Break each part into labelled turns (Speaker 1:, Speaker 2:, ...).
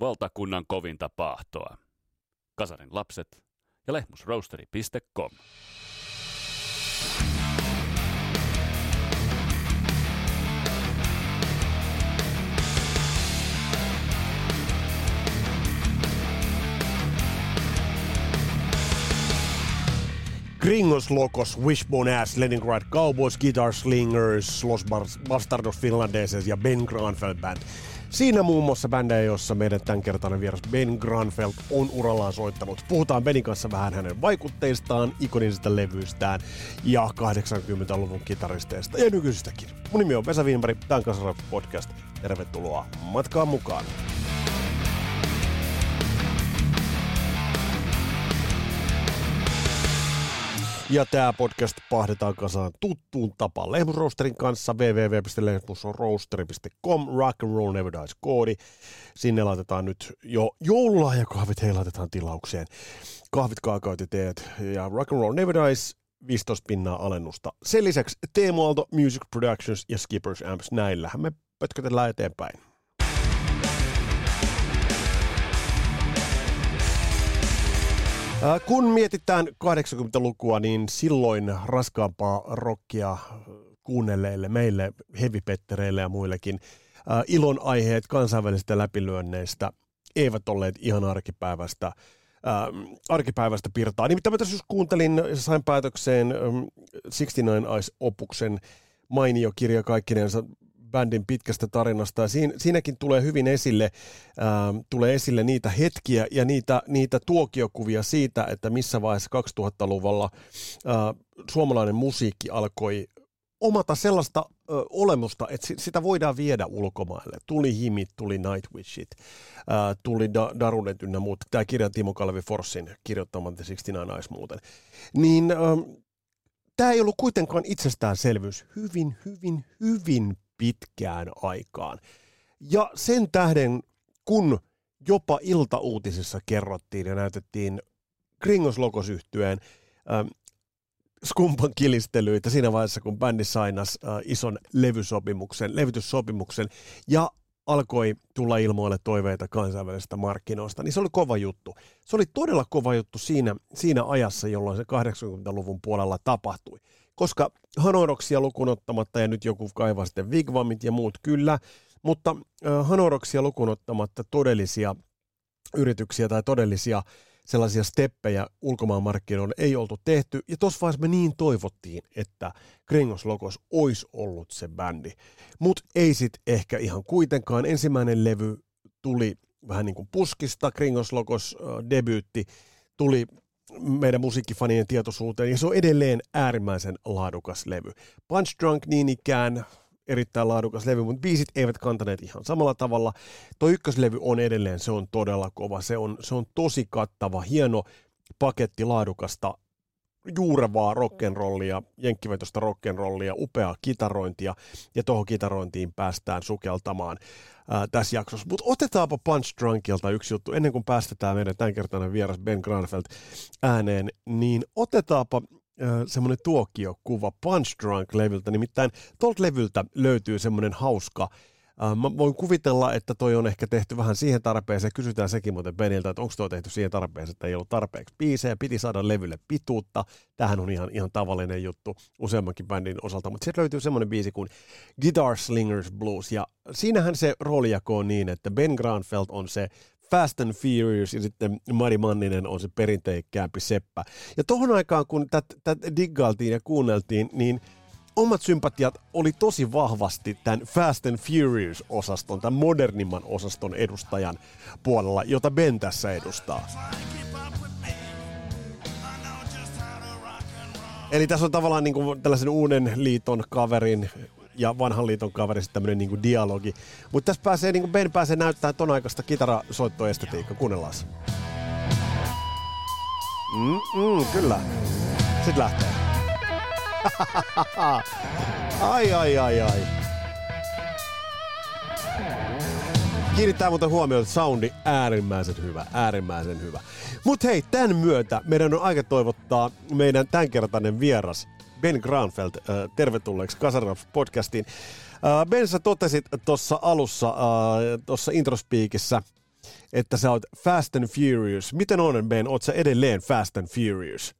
Speaker 1: valtakunnan kovinta paahtoa. Kasarin lapset ja lehmusroasteri.com.
Speaker 2: Gringos Locos, Wishbone Ass, Leningrad Cowboys, Guitar Slingers, Los Bastardos Finlandeses ja Ben Granfeld Band. Siinä muun muassa bändejä, jossa meidän tämänkertainen vieras Ben Granfeld on urallaan soittanut. Puhutaan Benin kanssa vähän hänen vaikutteistaan, ikonisista levyistään ja 80-luvun kitaristeista ja nykyisistäkin. Mun nimi on Vesa Wienberg, tää on Kasarin podcast. Tervetuloa matkaan mukaan. Ja tää podcast pahdetaan kasaan tuttuun tapaan Lehmusroasterin kanssa www.lehmusroasteri.com, Rock and Roll Never Dies -koodi. Sinne laitetaan nyt jo joululahjakahvit, hei laitetaan tilaukseen. Kahvit, kaakaot ja teet ja Rock and Roll Never Dies 15% alennusta. Sen lisäksi Teemu Aalto, Music Productions ja Skippers Amps, näillähän me pötkötellään eteenpäin. Kun mietitään 80-lukua, niin silloin raskaampaa rockia kuunnelleille, meille heavy-pettereille ja muillekin, ilonaiheet kansainvälisistä läpilyönneistä eivät olleet ihan arkipäivästä pirtaa. Nimittäin mä tässä just kuuntelin, sain päätökseen 69 Eyes-opuksen mainio kirja kaikkinensa bändin pitkästä tarinasta. Ja siinäkin tulee hyvin esille niitä hetkiä ja niitä tuokiokuvia siitä, että missä vaiheessa 2000-luvulla suomalainen musiikki alkoi omata sellaista olemusta, että sitä voidaan viedä ulkomaille. Tuli Himit, tuli Nightwishit, tuli Darunet ynnä muut. Tämä kirja Timo Kalevi Forssin kirjoittaman The 69 Eyes muuten. Niin tämä ei ollut kuitenkaan itsestäänselvyys hyvin pitkään aikaan. Ja sen tähden, kun jopa iltauutisissa kerrottiin ja näytettiin Gringos Locos -yhtyeen skumpan kilistelyitä siinä vaiheessa, kun bändi sainas ison levytyssopimuksen ja alkoi tulla ilmoille toiveita kansainvälisestä markkinoista, niin se oli kova juttu. Se oli todella kova juttu siinä ajassa, jolloin se 80-luvun puolella tapahtui. Koska Hanoroksia lukuun ottamatta, ja nyt joku kaivaa sitten Wigwamit ja muut kyllä, mutta Hanoroksia lukuun ottamatta todellisia yrityksiä tai todellisia sellaisia steppejä ulkomaanmarkkinoille ei oltu tehty. Ja tuossa vaiheessa me niin toivottiin, että Gringos Locos olisi ollut se bändi. Mutta ei sitten ehkä ihan kuitenkaan. Ensimmäinen levy tuli vähän niin kuin puskista, Gringos Locos debyytti tuli meidän musiikkifanien tietoisuuteen, ja se on edelleen äärimmäisen laadukas levy. Punch Drunk niin ikään erittäin laadukas levy, mutta biisit eivät kantaneet ihan samalla tavalla. Tuo ykköslevy on edelleen, se on todella kova, se on tosi kattava, hieno paketti laadukasta, juurevaa rock'n'rollia, jenkkivetosta rock'n'rollia, upeaa kitarointia, ja tuohon kitarointiin päästään sukeltamaan tässä jaksossa. Mutta otetaanpa Punch Drunkilta yksi juttu, ennen kuin päästetään meidän tämänkertainen vieras Ben Granfeld ääneen, niin otetaanpa semmoinen tuokiokuva Punch Drunk-levyltä, nimittäin tuolta levyltä löytyy semmoinen hauska. Mä voin kuvitella, että toi on ehkä tehty vähän siihen tarpeeseen. Kysytään sekin muuten Beniltä, että onko toi tehty siihen tarpeeseen, että ei ollut tarpeeksi biisejä, piti saada levylle pituutta. Tämähän on ihan tavallinen juttu useammankin bändin osalta, mutta sieltä löytyy semmoinen biisi kuin Guitar Slingers Blues, ja siinähän se roolijako on niin, että Ben Granfeld on se Fast and Furious ja sitten Mari Manninen on se perinteikkäämpi seppä. Ja tohon aikaan, kun tätä diggailtiin ja kuunneltiin, niin omat sympatiat oli tosi vahvasti tämän Fast and Furious-osaston, tämän modernimman osaston edustajan puolella, jota Ben tässä edustaa. Eli tässä on tavallaan niin kuin tällaisen uuden liiton kaverin ja vanhan liiton kaverin tämmöinen niin kuin dialogi. Mutta tässä pääsee, niin kuin Ben pääsee näyttämään ton aikaista kitarasoittoestetiikkaa. Kuunnellaan. Kyllä. Sitten lähtee. Ai. Kiinnittää muuten huomioon, että soundi äärimmäisen hyvä. Mut hei, tämän myötä meidän on aika toivottaa meidän tämänkertainen vieras Ben Granfeld tervetulleeksi Kasarraps-podcastiin. Ben, sä totesit tuossa alussa, tuossa introspiikissä, että sä oot Fast and Furious. Miten on, Ben? Oot sä edelleen Fast and Furious?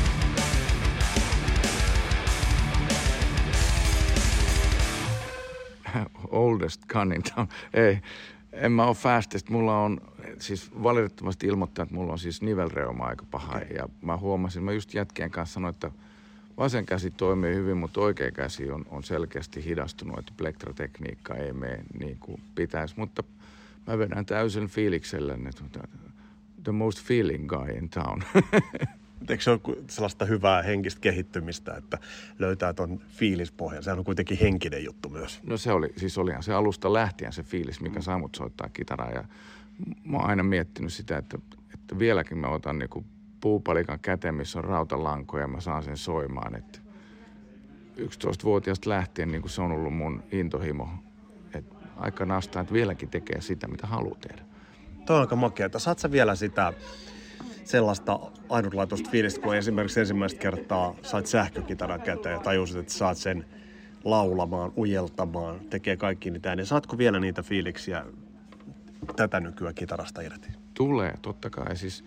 Speaker 3: Oldest gun in town. Ei, en mä ole fastest. Mulla on siis valitettavasti ilmoittaa, että mulla on siis nivelreuma aika paha. Okay. Ja mä huomasin, mä just jätkien kanssa sanoin, että vasen käsi toimii hyvin, mutta oikea käsi on selkeästi hidastunut, että plektratekniikka ei mene niin kuin pitäisi. Mutta mä vedän täysin fiiliksellä, että the most feeling guy in town.
Speaker 2: Eikö se ole sellaista hyvää henkistä kehittymistä, että löytää ton fiilispohjan? Sehän on kuitenkin henkinen juttu myös.
Speaker 3: No se oli, siis olihan se alusta lähtien se fiilis, mikä saa mut soittaa kitaraa. Ja mä oon aina miettinyt sitä, että vieläkin mä otan niinku puupalikan käteen, missä on rautalankoja ja mä saan sen soimaan. Että 11-vuotiaasta lähtien niin se on ollut mun intohimo. Että aika nastaa, että vieläkin tekee sitä, mitä haluaa tehdä.
Speaker 2: Toi on aika makeata. Saat sä vielä sitä sellaista ainutlaatuista fiilistä, kun esimerkiksi ensimmäistä kertaa sait sähkökitaran käteen ja tajusit, että saat sen laulamaan, ujeltamaan, tekee kaikki niitä ääniä. Saatko vielä niitä fiiliksiä tätä nykyään kitarasta irti?
Speaker 3: Tulee, totta kai. Siis,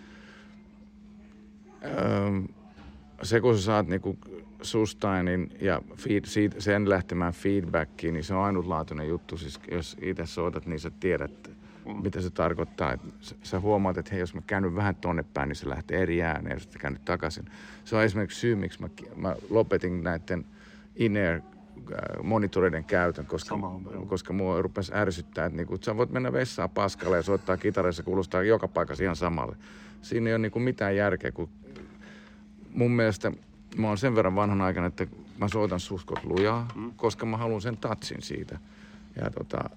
Speaker 3: se, kun sä saat niinku sustainin ja sen lähtemään feedbackiin, niin se on ainutlaatuinen juttu. Siis, jos itse soitat, niin sä tiedät, mitä se tarkoittaa. Että sä huomaat, että hei, jos mä käyn vähän tonne päin, niin se lähtee eri ääneen, jos sä käyn takaisin. Se on esimerkiksi syy, miksi mä lopetin näiden in-ear monitoreiden käytön, koska mua rupesi ärsyttää, että niinku, sä voit mennä vessaan paskalle ja soittaa kitarassa, se kuulostaa joka paikassa ihan samalle. Siinä ei ole niinku mitään järkeä, kun mun mielestä mä oon sen verran vanhan aikana, että mä soitan suskot lujaa, koska mä haluan sen touchin siitä. Ja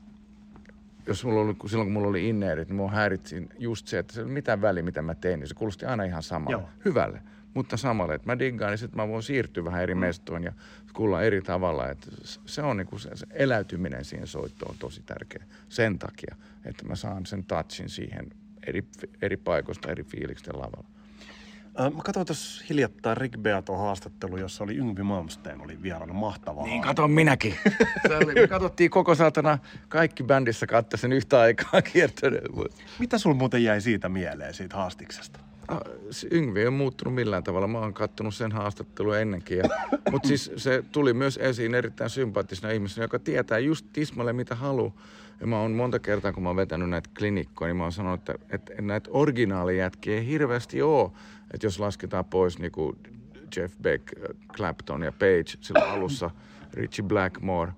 Speaker 3: jos mulla oli, silloin kun mulla oli in-earit, niin mua häiritsin just se, että se ei ole mitään väliä, mitä mä tein, niin se kuulosti aina ihan samalle. Joo. Hyvälle, mutta samalle. Että mä diggaan, niin sitten mä voin siirtyä vähän eri mestoon ja kuulla eri tavalla. Että se on niin kuin se eläytyminen siihen soittoon on tosi tärkeä sen takia, että mä saan sen touchin siihen eri paikoista, eri fiiliksten lavalla.
Speaker 2: Mä katsoin tuossa hiljattain Rick Beaton haastattelu, jossa oli Yngwie Malmsteen, oli vieraana mahtavaa.
Speaker 3: Niin, katon minäkin. Me katsottiin koko saatana, kaikki bändissä katsoi sen yhtä aikaa kiertöneen.
Speaker 2: Mitä sulla muuten jäi siitä mieleen, siitä haastiksesta?
Speaker 3: Yngwie ei ole muuttunut millään tavalla. Mä oon kattonut sen haastattelua ennenkin. Mutta siis se tuli myös esiin erittäin sympaattisena ihmisenä, joka tietää just tismalle mitä haluaa. Ja mä oon monta kertaa, kun mä oon vetänyt näitä klinikkoja, niin mä oon sanonut, että näitä originaalijätkiä ei hirveästi ole. Että jos lasketaan pois niin kuin Jeff Beck, Clapton ja Page silloin alussa, Ritchie Blackmore,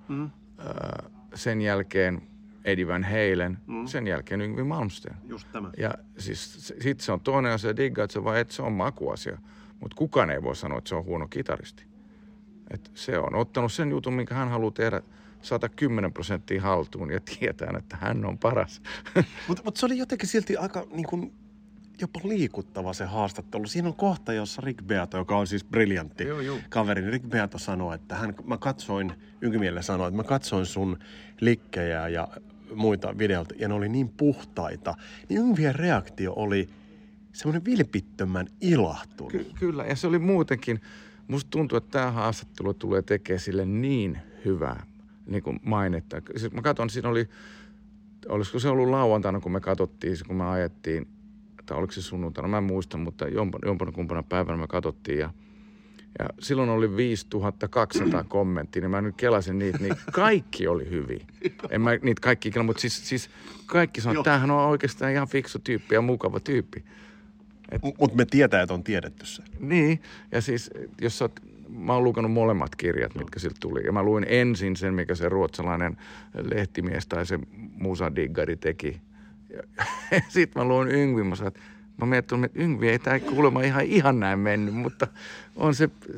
Speaker 3: sen jälkeen Eddie Van Halen, sen jälkeen Yngwie Malmsteen.
Speaker 2: Just tämä.
Speaker 3: Ja siis sit se on toinen asia, digga, että se on makuasia. Mutta kukaan ei voi sanoa, että se on huono kitaristi. Et se on ottanut sen jutun, minkä hän haluaa tehdä 110% haltuun ja tietää, että hän on paras.
Speaker 2: Mutta se oli jotenkin silti aika niin kuin jopa liikuttava se haastattelu. Siinä on kohta, jossa Rick Beaton, joka on siis briljantti kaveri, niin Rick Beaton sanoi, että Yngwielle sanoi, että mä katsoin sun likkejä ja muita videoita, ja ne oli niin puhtaita. Niin Yngwien reaktio oli semmoinen vilpittömän ilahtunut.
Speaker 3: Kyllä, ja se oli muutenkin. Musta tuntuu, että tämä haastattelu tulee tekemään sille niin hyvää niin kuin mainetta. Siis mä katson, siinä olisiko se ollut lauantaina, kun me katsottiin, kun me ajettiin, tai oliko se sunnuntaina, mä en muista, mutta jompana kumpana päivänä me katsottiin ja silloin oli 5200 kommenttia, niin mä nyt kelasin niitä, niin kaikki oli hyviä. En mä niitä kaikki kelaa, mutta siis kaikki sanoo, että tämähän on oikeastaan ihan fiksu tyyppi ja mukava tyyppi.
Speaker 2: Mutta me tietää, että on tiedetty se.
Speaker 3: Niin, ja siis jos mä oon lukenut molemmat kirjat, mitkä siltä tuli. Ja mä luin ensin sen, mikä se ruotsalainen lehtimies tai se musadiggari teki. Ja sitten mä luin Yngwie, mä mietin, että Yngwie ei tää kuulemma ihan näin mennyt, mutta on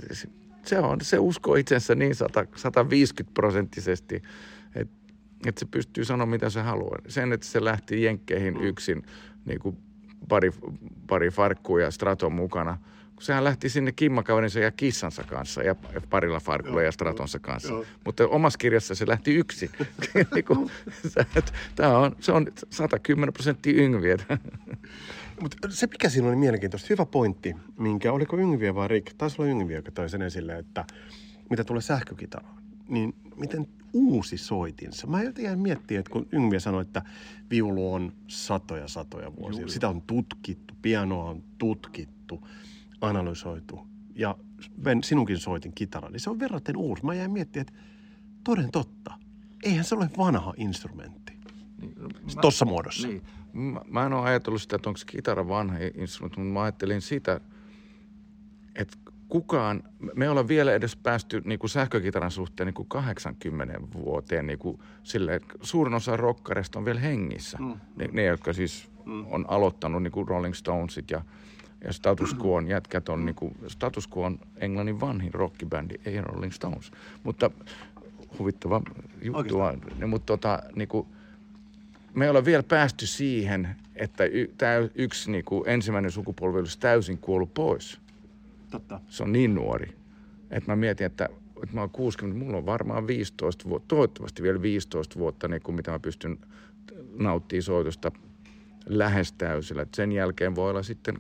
Speaker 3: se uskoo itsensä niin 150%, että se pystyy sanoa mitä se haluaa. Sen, että se lähti jenkkeihin yksin, niin kuin pari farkkua ja Straton mukana. Sehän lähti sinne Kimmakaverinsa ja kissansa kanssa ja parilla farkulla ja Stratonsa kanssa. Mutta omassa kirjassa se lähti yksin. Se on 110% Yngwietä.
Speaker 2: Mutta se mikä siinä oli mielenkiintoista, hyvä pointti, oliko Yngwie vai Rick? Taisi olla Yngwie, joka toi sen esille, että mitä tulee sähkökitaraan, niin miten uusi soitinsa. Mä jäin miettimään, että kun Yngve sanoi, että viulu on satoja vuosia. Sitä on tutkittu, pianoa on tutkittu, analysoitu. Ja Ben, sinunkin soitin kitara, niin se on verraten uusi. Mä jäin miettimään, että toden totta, eihän se ole vanha instrumentti. Tuossa muodossa.
Speaker 3: Niin. Mä en ole ajatellut sitä, että onko kitara vanha instrumentti, mutta mä ajattelin sitä, että me ollaan vielä edes päästy niin kuin sähkökitaran suhteen niin kuin 80 vuoteen. Niin kuin silleen, suurin osa rockareista on vielä hengissä. Ne jotka siis on aloittanut, niin kuin Rolling Stonesit ja Status Quoon jätkät on, niin kuin, Status Quo on Englannin vanhin rockibändi, ei Rolling Stones. Mutta huvittava juttu. Mutta niin kuin, me ollaan vielä päästy siihen, että tämä yksi niin kuin ensimmäinen sukupolvi olisi täysin kuollut pois.
Speaker 2: Totta.
Speaker 3: Se on niin nuori, että mä mietin, että mä oon 60, mulla on varmaan 15 vuotta, toivottavasti vielä 15 vuotta, niin kuin mitä mä pystyn nauttimaan soitosta lähes täysillä. Et sen jälkeen voi olla sitten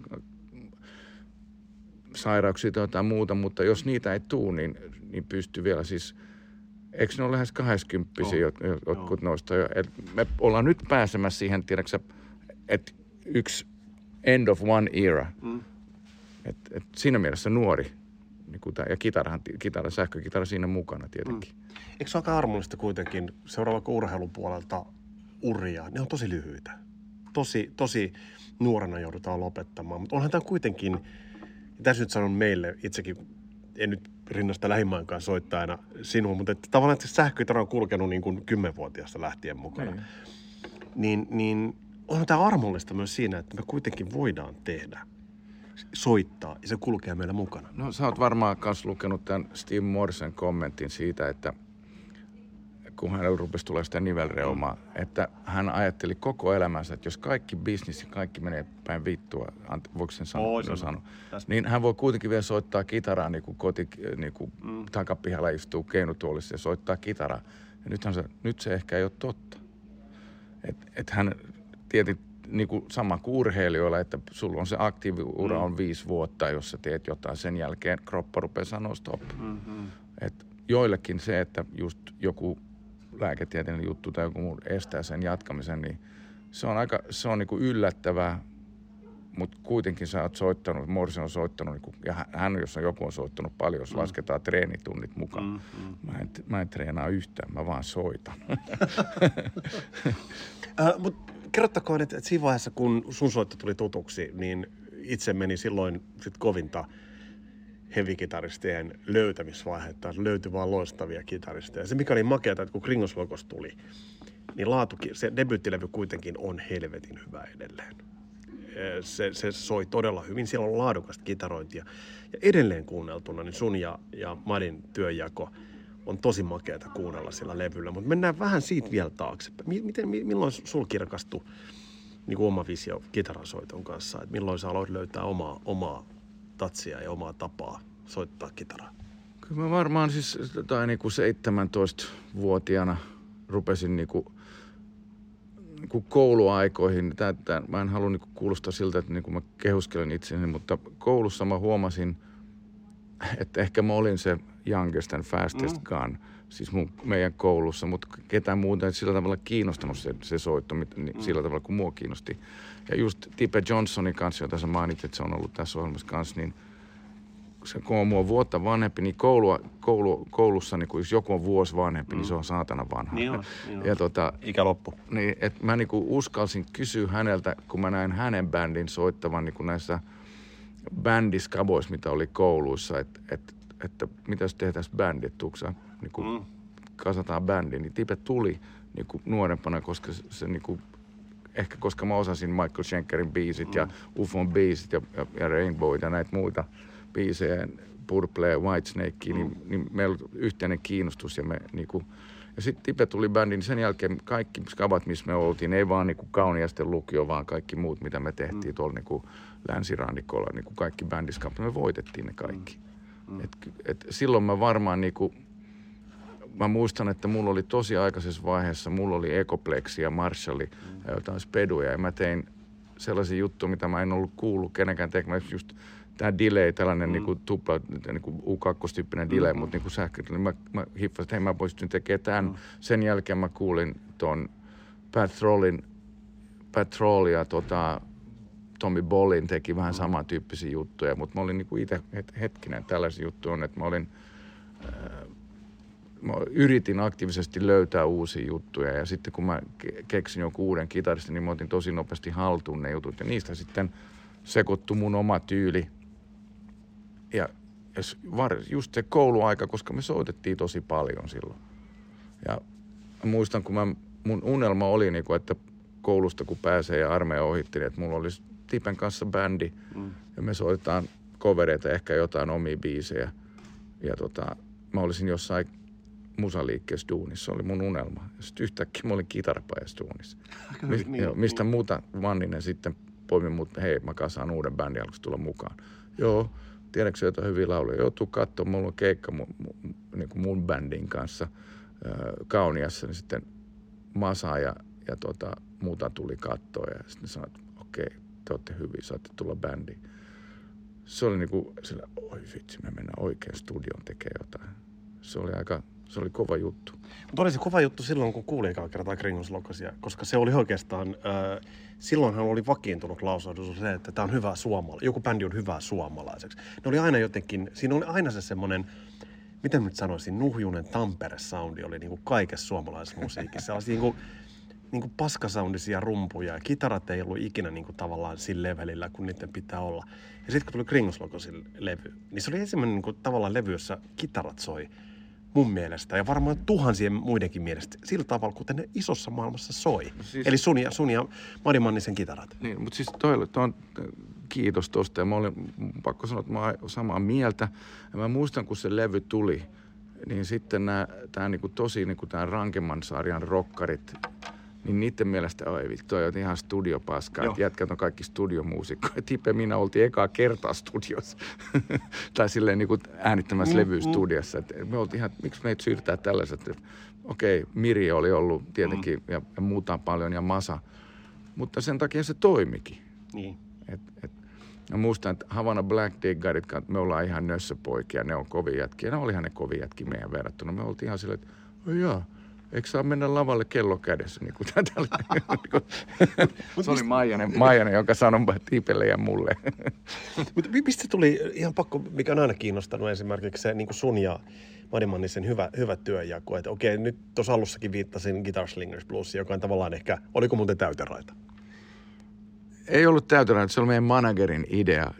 Speaker 3: sairauksia tai jotain muuta, mutta jos niitä ei tule, niin pystyy vielä siis, eikö ne ole lähes 80-vuotiaita jotkut noista jo. Me ollaan nyt pääsemässä siihen, tiedätkö, että yksi end of one era. Et siinä mielessä nuori. Ja sähkökitara siinä mukana tietenkin.
Speaker 2: Eikö se ole aika armollista kuitenkin, seuraava urheilun puolelta uria, ne on tosi lyhyitä. Tosi nuorena joudutaan lopettamaan, mutta onhan tämä kuitenkin, ja tässä nyt sanon meille, itsekin en nyt rinnasta lähimmäinkaan soittajana sinua, mutta että tavallaan että sähkökitara on kulkenut niin kuin 10-vuotiaasta lähtien mukana. Niin onhan tämä armollista myös siinä, että me kuitenkin voidaan tehdä. Soittaa ja se kulkee meillä mukana.
Speaker 3: No sä oot varmaan myös lukenut tämän Steve Morrison kommentin siitä, että kun hän rupesi tulemaan sitä nivelreumaa, että hän ajatteli koko elämänsä, että jos kaikki bisnis ja kaikki menee päin vittua, voiko sen sanoa, niin hän voi kuitenkin vielä soittaa kitaraa niin kuin takapihalla istuu keinutuolissa ja soittaa kitaraa. Ja nyt se ehkä ei ole totta. Että hän tietysti niin kuin sama kuin urheilijoilla, että sulla on se aktiiviura on 5 vuotta, jos sä teet jotain. Sen jälkeen kroppa rupeaa sanoa stop. Et joillekin se, että just joku lääketieteellinen juttu tai joku muu estää sen jatkamisen, niin se on niin kuin yllättävää, mutta kuitenkin sä oot soittanut, Morrison on soittanut, niin kuin, ja hän jos joku on soittanut paljon, jos lasketaan treenitunnit mukaan. Mä en treenaa yhtään, mä vaan soitan.
Speaker 2: Mutta kerrottakoon, että siinä vaiheessa, kun sun soitto tuli tutuksi, niin itse meni silloin sit kovinta heavy-kitaristien löytämisvaihetta. Löytyi vaan loistavia kitaristeja. Se mikä oli makeata, että kun Kringos Logos tuli, niin se debyyttilevy kuitenkin on helvetin hyvä edelleen. Se soi todella hyvin. Siellä on laadukasta kitarointia. Ja edelleen kuunneltuna, niin sun ja Madin työnjako on tosi makeata kuunnella sillä levyllä. Mutta mennään vähän siitä vielä taaksepäin. Milloin sul kirkastui niin kuin oma visio kitaransoiton kanssa? Et milloin sä aloit löytää omaa tatsia ja omaa tapaa soittaa kitaraa?
Speaker 3: Kyllä mä varmaan siis niin kuin 17-vuotiaana rupesin niin kuin kouluaikoihin. Mä en halua niin kuin kuulostaa siltä, että niin kuin mä kehuskelen itseni, mutta koulussa mä huomasin, että ehkä mä olin se youngest and fastest gun, siis meidän koulussa, mutta ketään muuta ei sillä tavalla kiinnostanut se soitto, sillä tavalla kuin mua kiinnosti. Ja just Tipe Johnsonin kanssa, jota sä mainitsit, että se on ollut tässä ohjelmassa kanssa, niin se, kun on mua vuotta vanhempi, niin koulussa, niin jos joku on vuosi vanhempi, niin se on saatana vanha.
Speaker 2: Niin on.
Speaker 3: Ja
Speaker 2: ikä loppu.
Speaker 3: Niin, että mä niinku uskalsin kysyä häneltä, kun mä näin hänen bändin soittavan niin kuin näissä bändiskaboissa, mitä oli kouluissa, että mitä jos tehtäisiin bändi, että niin kasataan bändi, niin Tipe tuli niin kuin nuorempana, koska se niin kuin, ehkä koska mä osasin Michael Schenkerin biisit ja UFOn biisit ja Rainbow ja näitä muita biisejä, Purple ja Whitesnake, niin meillä oli yhteinen kiinnostus ja me niinku, ja sitten Tipe tuli bändiin, niin sen jälkeen kaikki skabat, missä me oltiin, ei vaan niinku Kauniaisten lukio, vaan kaikki muut, mitä me tehtiin tuolla niinku länsirannikolla, niinku kaikki bändiskabat, me voitettiin ne kaikki. Et silloin mä varmaan niinku, mä muistan, että mulla oli tosi aikaisessa vaiheessa, mulla oli Ecoplexi ja Marshalli ja jotain speduja ja mä tein sellaisia juttuja, mitä mä en ollut kuullut kenenkään tekemään. Just tämä delay, tällainen niin kuin tupla, niin kuin U2-tyyppinen delay, mutta niin kuin sähkö, niin mä hiffasin, että hei, mä pystyn tekemään tämän. Sen jälkeen mä kuulin ton Patrol ja Tommy Bollin teki vähän samantyyppisiä juttuja, mutta mä olin niin kuin itse hetkinen, tällaisia juttuja on, että mä yritin aktiivisesti löytää uusia juttuja ja sitten kun mä keksin joku uuden kitaristin, niin mä otin tosi nopeasti haltuun ne jutut ja niistä sitten sekoittui mun oma tyyli. Ja just se kouluaika, koska me soitettiin tosi paljon silloin. Ja mä muistan, kun mun unelma oli, niin kuin, että koulusta kun pääsee ja armeija ohitti, niin että mulla olisi Tipen kanssa bändi ja me soitetaan covereita, ehkä jotain omia biisejä. Ja mä olisin jossain musaliikkeessä duunissa, se oli mun unelma. Ja sitten yhtäkkiä mä olin kitarapajassa duunissa. Mistä muuta Manninen sitten poimi mut, hei mä kasaan uuden bändin, alkoisi tulla mukaan. Joo, tiedätkö jotain hyviä lauluja? Joo, tuu kattoo, mulla on keikka niin kuin mun bändin kanssa Kauniassa, niin sitten Masa ja muuta tuli kattoa ja sitten sanoi, että okei, te olette hyviä, saatte tulla bändiin. Se oli niinku sillä, oi vitsi, me mennään oikein studioon tekemään jotain. Se oli kova juttu.
Speaker 2: Mutta oli se kova juttu silloin, kun kuuli ekaa kertaa Kringoslokosia, koska se oli oikeastaan, silloinhan oli vakiintunut lausahdus se, että tämä on hyvä suomalainen, joku bändi on hyvä suomalaiseksi. Ne oli aina jotenkin, siinä oli aina se semmoinen, miten nyt sanoisin, nuhjunen Tampere-soundi oli niinku kaikessa suomalaisessa musiikissa. Sellaisia niinku paskasoundisia rumpuja ja kitarat ei ollut ikinä niinku tavallaan sillä levelillä, kun niiden pitää olla. Ja sitten kun tuli Kringoslokosin levy, niin se oli ensimmäinen niinku tavallaan levy, jossa kitarat soi mun mielestä ja varmaan tuhansien muidenkin mielestä sillä tavalla, kuten ne isossa maailmassa soi. Siis, eli sun ja Mari Mannisen kitarat.
Speaker 3: Niin, mutta siis kiitos tosta ja mä olin pakko sanoa, että mä oon samaa mieltä. Ja mä muistan, kun se levy tuli, niin sitten tää niinku tosi niinku tää Rankemman sarjan rokkarit, niin niiden mielestä, oi vittu, toi on ihan studiopaskaa, että jätkät on kaikki studiomuusikkoja. Tipe, minä oltiin ekaa kertaa studiossa. tai silleen niin kuin äänittämässä levystudiossa. Me oltiin ihan, miksi meitä syytetään tällaiset, okei, Miri oli ollut tietenkin ja muuta paljon ja Masa. Mutta sen takia se toimikin.
Speaker 2: Niin.
Speaker 3: Mä muistan, että Havana Black Diggerit, me ollaan ihan nössöpoikia, ne on kovia jätkiä. Ne olihan ne kovia jätkiä meidän verrattuna. Me oltiin ihan silleen, että jaa. Eikö saa mennä lavalle kello kädessä? Niin kuin se oli Maijanen, joka sanoi Tipelle ja mulle.
Speaker 2: Mutta mistä tuli ihan pakko, mikä on aina kiinnostanut esimerkiksi se niin kuin sun ja Mari Mannisen hyvä työnjako. Että okei, nyt tuossa alussakin viittasin Guitar Slingers Bluesiin, joka on tavallaan ehkä, oliko muuten täyteraita?
Speaker 3: Ei ollut täyteraita, se oli meidän managerin idea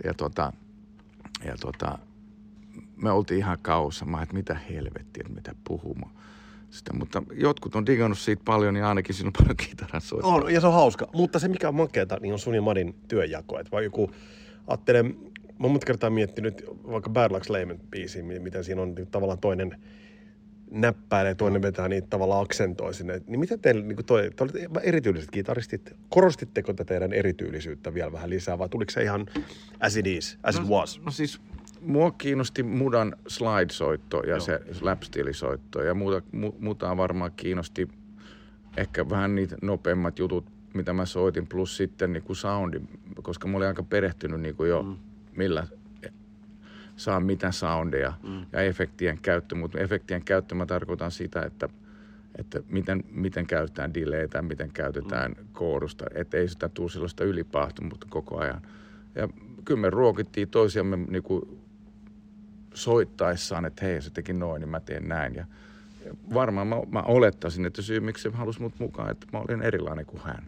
Speaker 3: ja me oltiin ihan kaussa. Mä että mitä helvettiä, että mitä puhumaan. Sitä, mutta jotkut on digannut siitä paljon ja ainakin siinä on paljon kitaran soittaa.
Speaker 2: On, ja se on hauska. Mutta se, mikä on makeata, niin on sun ja Marin työnjako. Että vai joku, ajattelen, mä oon monta kertaa miettinyt vaikka Bad Luck Layman-biisiin, miten siinä on tavallaan toinen näppäilee, toinen vetää niitä tavallaan aksentoi sinne. Niin miten teillä, niin te olette erityyliset kitaristit, korostitteko te teidän erityylisyyttä vielä vähän lisää, vai tuliko se ihan as it is, as it was?
Speaker 3: No siis mua kiinnosti Mudan slide-soitto ja se lapsteel-soitto ja muuta varmaan kiinnosti ehkä vähän niitä nopeammat jutut, mitä mä soitin, plus sitten niin kuin soundi, koska mä olin aika perehtynyt niin kuin jo millä saa mitä soundeja ja efektien käyttö, mutta efektien käyttö mä tarkoitan sitä, että miten käytetään delaytä, miten käytetään koorusta, että ei sitä tule sellaista ylipahtumutta koko ajan. Ja kyllä me ruokittiin toisiamme niinku soittaessaan, että hei, se teki noin, niin mä teen näin. Ja varmaan mä olettaisin, että syy, miksi se halusi mut mukaan, että mä olin erilainen kuin hän.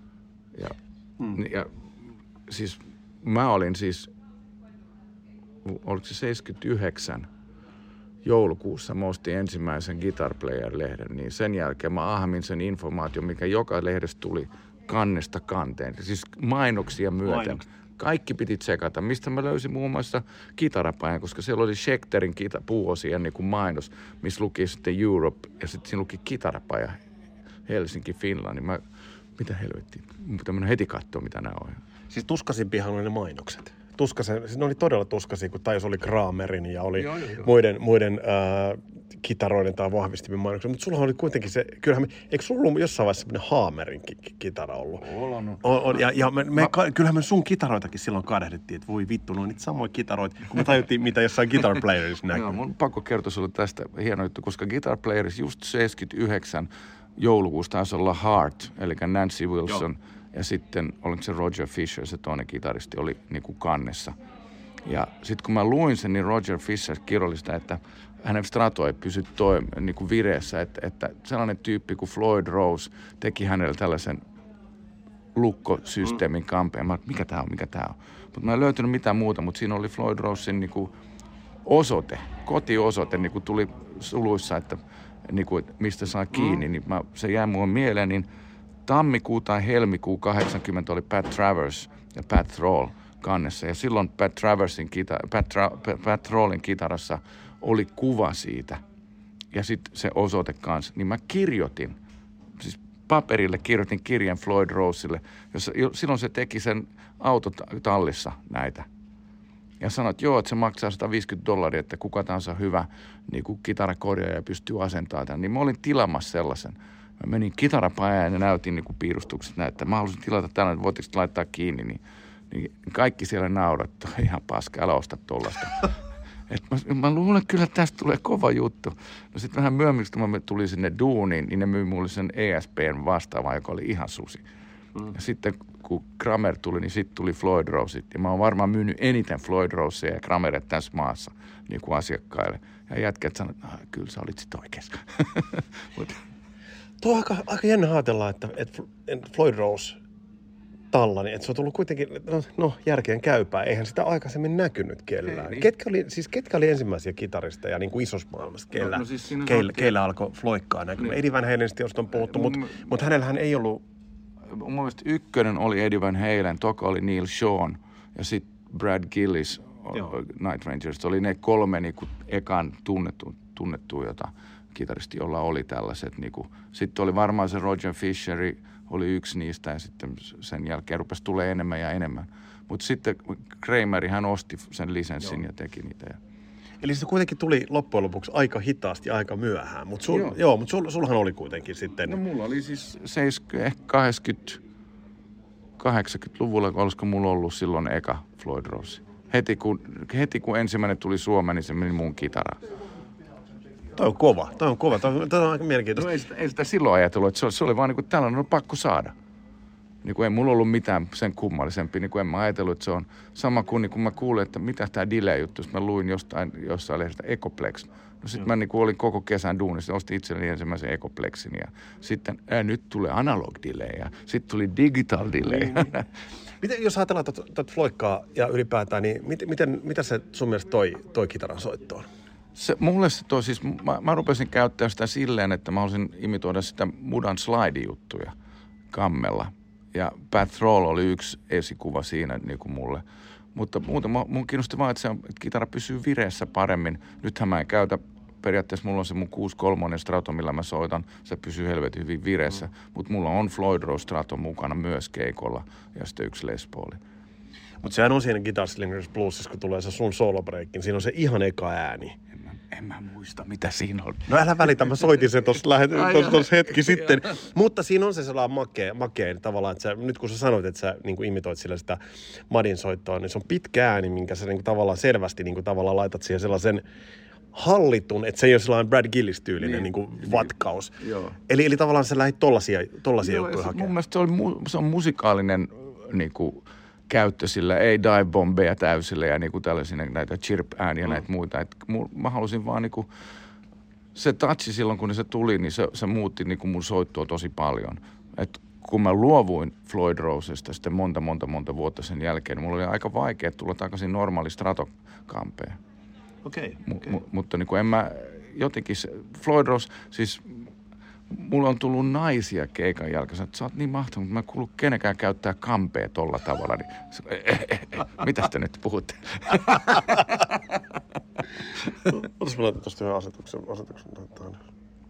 Speaker 3: Ja siis mä olin siis, oliko se 79 joulukuussa, mä ostin ensimmäisen Guitar Player-lehden, niin sen jälkeen mä ahmin sen informaation, mikä joka lehdestä tuli kannesta kanteen. Siis mainoksia myöten. Kaikki piti tsekata, mistä mä löysin muun muassa kitarapajan, koska siellä oli Schecterin puuosien niin kuin mainos, missä luki sitten Europe ja sitten siinä luki kitarapaja Helsinki, Finland. Niin mitä helvettiä, mutta mennä heti katsoa, mitä nämä on.
Speaker 2: Siis tuskasimpihan oli ne mainokset. Siis ne oli todella tuskaisia, kun jos oli Kramerin ja oli muiden kitaroiden tai vahvistimen mainoksia, mutta sulla oli kuitenkin se, kyllähän eikö sulla ollut jossain vaiheessa sellainen Haamerin kitara ollut? Kyllähän me sun kitaroitakin silloin kadehdittiin, että voi vittu, no niitä samoja kitaroita, kun me tajuttiin, mitä jossain Guitar Playerissa näkyy.
Speaker 3: Joo, mun pakko kertoa sulle tästä hieno juttu, koska Guitar Playerissa just 79 joulukuussa taisi olla Hart, eli Nancy Wilson, ja sitten oliko se Roger Fisher, se toinen kitaristi, oli niinku kannessa. Ja sitten kun mä luin sen, niin Roger Fisher kirjoitti sitä, että hänen strato ei pysy niinku vireessä, että sellainen tyyppi kuin Floyd Rose teki hänelle tällaisen lukkosysteemin kampeen. Mä mikä tää on. Mutta mä en löytänyt mitään muuta, mutta siinä oli Floyd Rosen niinku osoite, kotiosoite, niinku tuli suluissa, että niinku, mistä saa kiinni, niin se jäi mun mieleen, niin tammikuu tai helmikuu 80 oli Pat Travers ja Pat Thrall kannessa. Ja silloin Pat Thrallin kitarassa oli kuva siitä. Ja sitten se osoite kanssa. Niin mä kirjoitin, siis paperille kirjoitin kirjan Floyd Roselle, jossa silloin se teki sen autotallissa näitä. Ja sanoi, että joo, että se maksaa $150, että kuka tahansa hyvä niin kuin kitarakorjaaja pystyy asentamaan tämän. Niin mä olin tilaamassa sellaisen. Mä menin kitarapajaan ja näytin niin kuin piirustukset näyttää. Mä halusin tilata tällainen, että voitteko laittaa kiinni, niin kaikki siellä naurattu. Ihan paska, älä osta tollaista. Mä luulen kyllä, että tästä tulee kova juttu. No sitten vähän myöhemmin, kun mä tulin sinne duuniin, niin ne myi mulle sen ESPn vastaavaa, joka oli ihan susi. Ja sitten kun Kramer tuli, niin sitten tuli Floyd Rose. Ja mä oon varmaan myynyt eniten Floyd Rosea ja Krameria tässä maassa niin kuin asiakkaille. Ja jätkät sanoivat, että kyllä sä olit sit oikeassa.
Speaker 2: Tuo on aika jännä ajatella, että Floyd Rose tallani, että se on tullut kuitenkin, järkeen käypää. Eihän sitä aikaisemmin näkynyt kellään. Niin. Ketkä oli ensimmäisiä kitaristeja niin kuin isossa maailmassa, keillä alkoi floikkaa näkymään? Eddie Van Halen on puhuttu, mutta hänellähän ei ollut...
Speaker 3: Mun mielestä ykkönen oli Eddie Van Halen, toka oli Neil Schon ja sitten Brad Gillis Night Rangers. Oli ne 3 niin kuin ekan tunnettua jota kitaristi, jolla oli tällaiset. Niin sitten oli varmaan se Roger Fisheri, oli yksi niistä ja sitten sen jälkeen rupesi tulee enemmän ja enemmän. Mutta sitten Kramer, hän osti sen lisenssin ja teki niitä.
Speaker 2: Eli se kuitenkin tuli loppujen lopuksi aika hitaasti, aika myöhään. Mutta sullahan oli kuitenkin sitten...
Speaker 3: No mulla oli siis 80-luvulla, olisiko mulla ollut silloin eka Floyd Rose. Heti kun ensimmäinen tuli Suomeen, niin se meni mun kitara.
Speaker 2: Toi on kova. Toi on aika mielenkiintoista.
Speaker 3: No ei sitä silloin ajatellut, että se oli vaan niin kuin tällainen on pakko saada. Niin kuin ei mulla ollut mitään sen kummallisempi, niin kuin en mä ajatellut, että se on sama kuin, niin kuin mä kuulin, että mitä tämä delay-juttu, mä luin jossain lehdestä Ecoplex. No sit mä niin kuin olin koko kesän duunissa, ostin itselleni ensimmäisen Ecoplexin ja sitten nyt tulee analog delay ja sitten tuli digital delay.
Speaker 2: Miten, jos ajatellaan tuota floikkaa ja ylipäätään, niin mitä se sun mielestä toi kitaran soittoon?
Speaker 3: Mulle se toi siis, mä rupesin käyttämään sitä silleen, että mä halusin imitoida sitä Mudan slide-juttuja kammella. Ja Pat Thrall oli yksi esikuva siinä niin kuin mulle. Mutta muuten mun kiinnosti vaan, että se kitara pysyy vireessä paremmin. Nythän mä en käytä, periaatteessa mulla on se mun 6/3 strato, millä mä soitan. Se pysyy helvetin hyvin vireessä. Mutta mulla on Floyd Rose strato mukana myös keikolla ja sitten yksi Les Paul.
Speaker 2: Mutta sehän on siinä Guitar Slingers Bluesissa, kun tulee se sun solobreak, niin siinä on se ihan eka ääni.
Speaker 3: En mä muista, mitä siinä on.
Speaker 2: No älä välitä, mä soitin sen tuossa hetki sitten. Mutta siinä on se sellainen makea tavallaan, että nyt kun sä sanoit, että sä niin kuin imitoit sillä sitä Madin soittoa, niin se on pitkä ääni, minkä sä niin kuin tavallaan selvästi niin kuin tavallaan laitat siihen sellaisen hallitun, että se ei ole sellainen Brad Gillis-tyylinen niin kuin vatkaus. Eli tavallaan sä lähdit tollasia juttuja hakemaan.
Speaker 3: Mun mielestä se on musikaalinen niin kuin käyttö sillä, ei dive-bombeja täysillä ja niinku tällaisia näitä chirp-ääniä ja näitä muita. Mä halusin vaan niinku, se touchi silloin kun se tuli, niin se muutti niinku mun soittoa tosi paljon. Et kun mä luovuin Floyd Rosesta sitten monta vuotta sen jälkeen, niin mulla oli aika vaikea tulla takaisin normaali stratokampeen.
Speaker 2: Okei.
Speaker 3: Mutta niinku en mä jotenkin, Floyd Rose, siis mulla on tullut naisia keikan jälkeen, että sä oot niin mahtava, mutta mä en kuulu kenenkään käyttää kampea tolla tavalla. Niin, mitä te nyt puhutte?
Speaker 2: Otas mä laitan tosta yhden asetuksen tähän.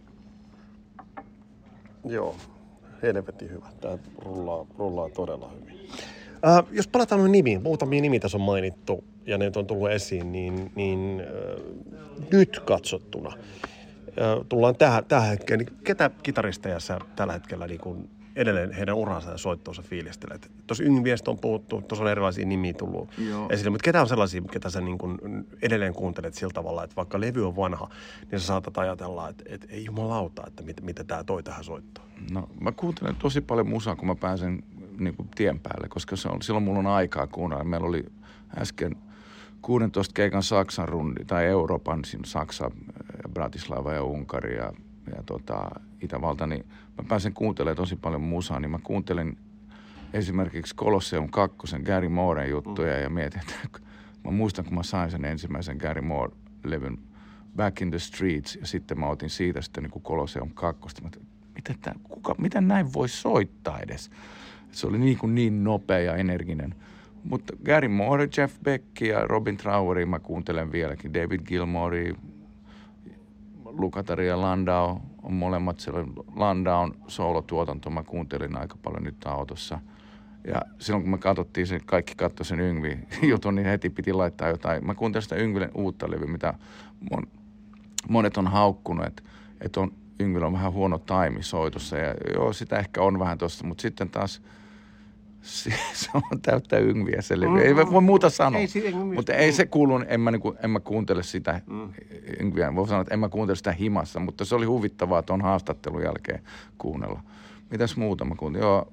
Speaker 2: Joo, helvetin hyvä. Tää rullaa todella hyvin. Jos palataan noin nimiin, muutamia nimiä tässä on mainittu ja ne on tullut esiin, niin nyt katsottuna. tullaan tähän hetkeen, niin ketä kitaristeja sä tällä hetkellä niin kuin edelleen heidän uransa ja soittoonsa fiilistelet? Tuossa Yngviestä on puhuttu, tuossa on erilaisia nimiä tullut esille, mutta ketä on sellaisia, ketä sä niin kuin edelleen kuuntelet sillä tavalla, että vaikka levy on vanha, niin sä saatat ajatella, että ei jumalauta, että mitä tää toi tähän soittoon?
Speaker 3: No mä kuuntelen tosi paljon musaa, kun mä pääsen niin kuin tien päälle, koska silloin mulla on aikaa kuunnella. Meillä oli äsken 16 keikan Saksan rundi, tai Euroopan, siinä Saksa, Bratislava ja Unkari ja Itävalta, niin mä pääsen kuuntelemaan tosi paljon musaa, niin mä kuuntelen esimerkiksi Colosseum 2, Gary Mooren juttuja ja mietin, että mä muistan, kun mä sain sen ensimmäisen Gary Moore-levyn Back in the Streets ja sitten mä otin siitä sitten niin kuin Colosseum 2. Miten näin voi soittaa edes? Se oli niin nopea ja energinen. Mutta Gary Moore, Jeff Beck ja Robin Troweria mä kuuntelen vieläkin. David Gilmour, Lukather ja Landau on molemmat siellä. Landaun soolotuotanto mä kuuntelin aika paljon nyt autossa. Ja silloin kun me katsottiin sen, kaikki katsoi sen Yngvi-jutun, niin heti piti laittaa jotain. Mä kuuntelin sitä Yngvilen uutta levyä, mitä monet on haukkunut, että Yngvillä on vähän huono taimi soitossa. Ja joo, sitä ehkä on vähän tossa, mutta sitten taas se on täyttä Yngviä se levy. Ei voi muuta sanoa, mutta ei se kuulu, en mä kuuntele sitä Yngviä. Voi sanoa, että en mä kuuntele sitä himassa, mutta se oli huvittavaa tuon haastattelun jälkeen kuunnella. Mitäs muuta mä kuuntelin? Joo,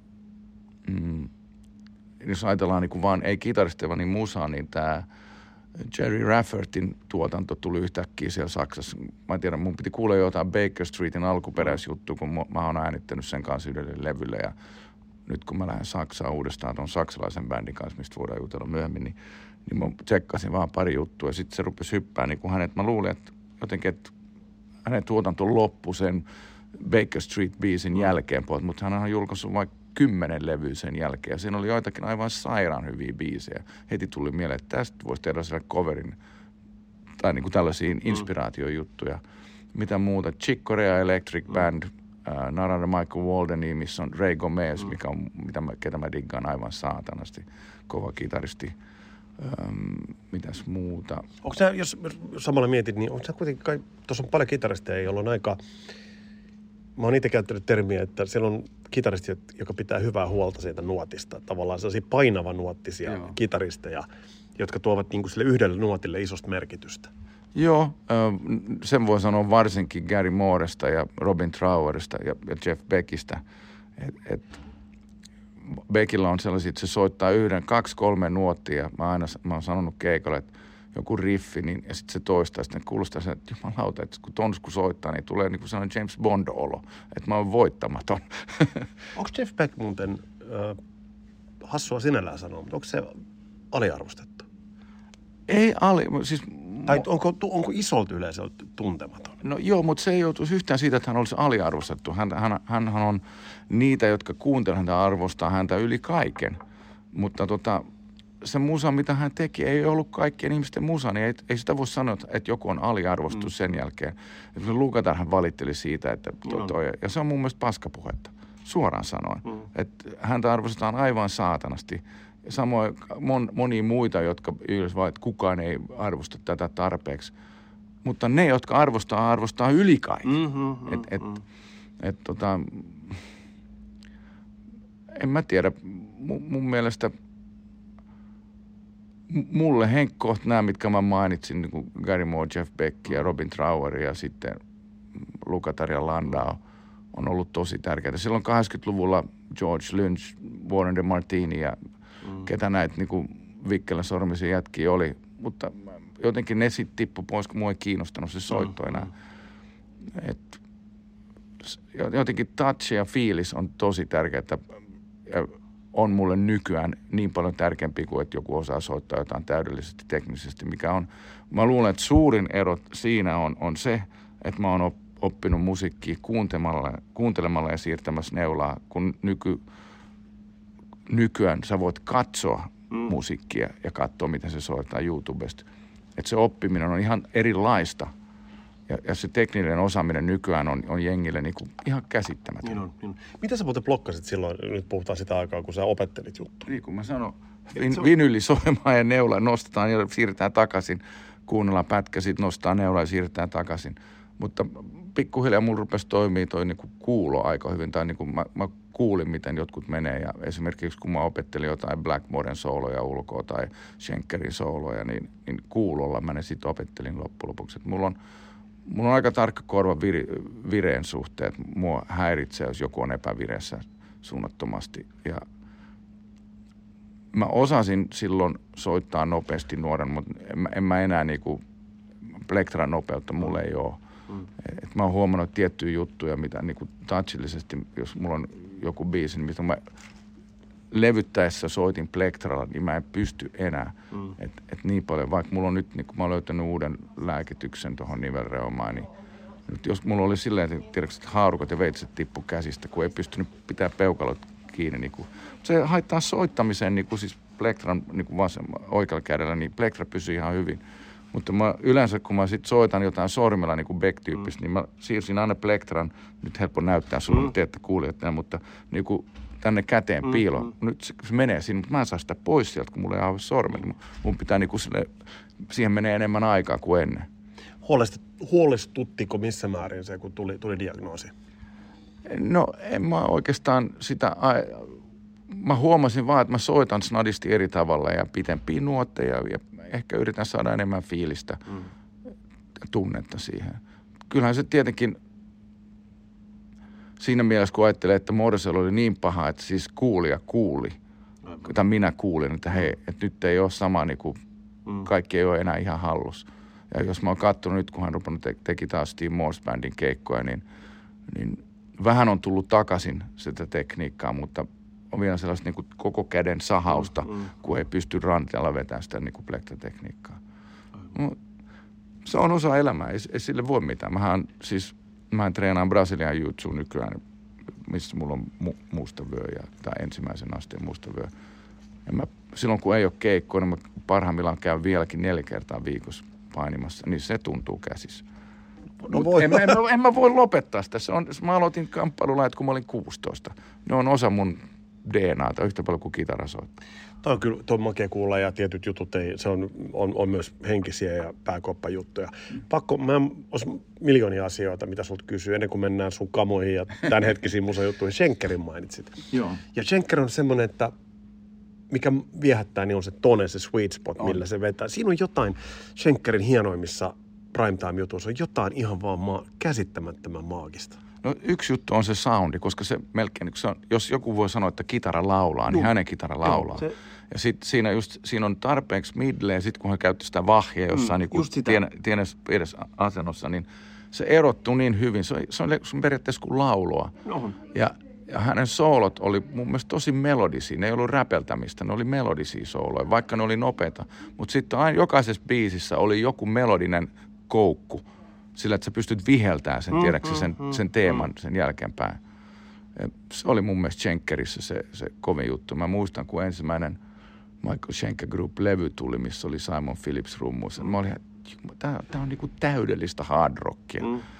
Speaker 3: jos ajatellaan niin kuin vaan ei kitaristeja, vaan niin musaa, niin tämä Jerry Raffertin tuotanto tuli yhtäkkiä siellä Saksassa. Mä en tiedä, mun piti kuulla jotain Baker Streetin alkuperäisjuttua, kun mä oon äänittänyt sen kanssa yhdelle levylle. Ja nyt kun mä lähden Saksaan uudestaan tuon saksalaisen bändin kanssa, mistä voidaan jutella myöhemmin, niin mä tsekkasin vaan pari juttua. Ja sitten se rupesi hyppää niin kuin hänet. Mä luulin, että jotenkin, että hänen tuotanto loppui sen Baker Street-biisin jälkeen, mutta hän on julkaissut vaikka 10 levyä sen jälkeen. Ja siinä oli joitakin aivan sairaan hyviä biisejä. Heti tuli mieleen, että tästä voisi tehdä sellainen coverin tai niin kuin tällaisia inspiraatiojuttuja. Mitä muuta? Chick Corea Electric Band, Narada Michael Walden, missä on Ray Gomez, ketä mä diggaan aivan saatanasti. Kova kitaristi. Mitäs muuta?
Speaker 2: Onko sä, jos samalla mietit, niin onko sä kuitenkin, tuossa on paljon kitaristeja, joilla on aika, mä oon itse käyttänyt termiä, että siellä on kitaristi, joka pitää hyvää huolta siitä nuotista. Tavallaan sellaisia painavanuottisia kitaristeja, jotka tuovat niin kuin sille yhdelle nuotille isosta merkitystä.
Speaker 3: Joo, sen voi sanoa varsinkin Gary Mooresta ja Robin Trowerista ja Jeff Beckistä. Beckillä on sellaisia, että se soittaa 1, 2, 3 nuottia. Mä oon sanonut keikalle, että joku riffi, niin, ja sitten se toistaa. Sitten kuulostaa se, että jumalauta, että kun soittaa, niin tulee niin kuin sellainen James Bond-olo. Että mä oon voittamaton.
Speaker 2: Onko Jeff Beck muuten, hassua sinällään sanoa, mutta onko se aliarvostettu?
Speaker 3: Ei siis...
Speaker 2: Tai onko isolta yleisöltä tuntematon?
Speaker 3: No joo, mutta se ei joutuisi yhtään siitä, että hän olisi aliarvostettu. Hän on niitä, jotka kuuntelevat häntä, arvostaa häntä yli kaiken. Mutta se musa, mitä hän teki, ei ollut kaikkien ihmisten musa, niin ei sitä voi sanoa, että joku on aliarvostettu sen jälkeen. Lukather hän valitteli siitä, että ja se on mun mielestä paskapuhetta, suoraan sanoen. Että häntä arvostetaan aivan saatanasti. Samoin monia muita, jotka ylösvät, että kukaan ei arvosta tätä tarpeeksi. Mutta ne, jotka arvostaa yli kaiken. En mä tiedä. Mun mielestä mulle henkkoht nämä, mitkä mä mainitsin, niin kuin Gary Moore, Jeff Beck ja Robin Trower ja sitten Lukather ja Landau on ollut tosi tärkeää. Silloin 80-luvulla George Lynch, Warren DeMartini ja ketä näitä niin vikkelän sormisia jätkiä oli. Mutta jotenkin ne sitten tippui pois, kun mua ei kiinnostanut se soitto enää. Jotenkin touch ja fiilis on tosi tärkeää ja on mulle nykyään niin paljon tärkeämpi kuin, että joku osaa soittaa jotain täydellisesti teknisesti, mikä on. Mä luulen, että suurin ero siinä on se, että mä oon oppinut musiikkia kuuntelemalla ja siirtämässä neulaa, kun nykyään sä voit katsoa musiikkia ja katsoa, miten se soittaa YouTubesta. Että se oppiminen on ihan erilaista. Ja se tekninen osaaminen nykyään on jengille niinku ihan käsittämätön.
Speaker 2: Niin on. Mitä sä muuten blokkasit silloin, nyt puhutaan sitä aikaa, kun sä opettelit juttua?
Speaker 3: Niin kuin mä sanoin, vinyli soimaan ja neula nostetaan ja siirretään takaisin. Kuunnellaan pätkä, sitten nostetaan neula ja siirretään takaisin. Mutta pikkuhiljaa mulla rupesi toimia toi niinku kuulo aika hyvin. Tai niinku mä kuulin, miten jotkut menee. Ja esimerkiksi kun mä opettelin jotain Blackmoren sooloja ulkoa tai Schenkerin sooloja, niin kuulolla mä ne sitten opettelin loppujen lopuksi. Mulla on aika tarkka korva vireen suhteen. Mua häiritsee, jos joku on epävireessä suunnattomasti. Ja mä osasin silloin soittaa nopeasti nuoren, mutta en mä enää niinku plektran nopeutta mulla ei ole. Et mä oon huomannut tiettyjä juttuja, mitä niinku touchillisesti, jos mulla on joku biisi, niin mitä mä levyttäessä soitin plektralla, niin mä en pysty enää. Et niin paljon, vaikka mulla on nyt, niin kun mä oon löytänyt uuden lääkityksen tuohon nivelreumaan, niin nyt jos mulla oli silleen, että haarukat ja veitset tippu käsistä, kun ei pystynyt pitää peukalot kiinni. Niin se haittaa soittamiseen, niin kuin siis plektran niin oikealla kädellä, niin plektra pysyy ihan hyvin. Mutta yleensä, kun mä sit soitan jotain sormella, niin kuin Beck-tyyppistä, niin mä siirsin aina plektran, nyt helppo näyttää sulle, te ette kuulijat, mutta niin kuin tänne käteen piiloon. Nyt se menee siinä, mutta mä en saa sitä pois sieltä, kun mulla ei ole sormella. Mun pitää niin kuin siihen menee enemmän aikaa kuin ennen.
Speaker 2: Huolestuttiko missä määrin se, kun tuli diagnoosi?
Speaker 3: No en mä oikeastaan sitä... Mä huomasin vaan, että mä soitan snadisti eri tavalla ja pitempiä nuotteja ja ehkä yritän saada enemmän fiilistä, tunnetta siihen. Kyllähän se tietenkin siinä mielessä, kun ajattelee, että Morrisella oli niin paha, että siis kuulija kuuli, tai minä kuulin, että hei, että nyt ei ole sama, niin kuin kaikki ei ole enää ihan hallus. Ja jos mä oon katsonut nyt, kun hän teki taas Steve Morse Bandin keikkoja, niin vähän on tullut takaisin sitä tekniikkaa, mutta on vielä sellaista niin kuin koko käden sahausta, kun ei pysty ranteella vetämään sitä niin kuin plektratekniikkaa. Se on osa elämää, ei sille voi mitään. Mä treenaan Brasilian jiu-jitsu nykyään, missä mulla on musta vyö tai ensimmäisen asteen musta vyö. Ja silloin kun ei ole keikkoa, niin mä parhaimmillaan käyn vieläkin 4 kertaa viikossa painimassa, niin se tuntuu käsissä. En mä voi lopettaa sitä. Mä aloitin kamppailulajat, kun mä olin 16. Ne on osa mun DNAta yhtä paljon kuin kitarasoittaa.
Speaker 2: Toi on kyllä makea kuulla ja tietyt jutut se on myös henkisiä ja pääkoppajuttuja. Olisi miljoonia asioita, mitä sulta kysyy ennen kuin mennään sun kamoihin ja tämänhetkisiin musajuttuihin. Schenkerin mainitsit.
Speaker 3: Joo.
Speaker 2: Ja Schenker on semmoinen, että mikä viehättää, niin on se tone, se sweet spot, millä se vetää. Siinä on jotain Schenkerin hienoimmissa primetime-jutuissa, on jotain ihan vaan käsittämättömän maagista.
Speaker 3: No yksi juttu on se soundi, koska se melkein, jos joku voi sanoa, että kitara laulaa, niin hänen kitara laulaa. Ja sitten siinä on tarpeeksi midleä, sitten kun hän käytti sitä vahjaa jossain niin pienessä asennossa, niin se erottuu niin hyvin. Se on periaatteessa kuin laulua. Ja hänen soolot oli mun mielestä tosi melodisia. Ne ei ollut räpeltämistä, ne oli melodisia sooloja, vaikka ne oli nopeita. Mutta sitten aina jokaisessa biisissä oli joku melodinen koukku, sillä että sä pystyt viheltämään sen, tiedätkö sen teeman sen jälkeenpäin. Se oli mun mielestä Schenkerissä se kovin juttu. Mä muistan, kun ensimmäinen Michael Schenker Group-levy tuli, missä oli Simon Phillips rummuissa. Mä olin, että tää on niinku täydellistä hard rockia.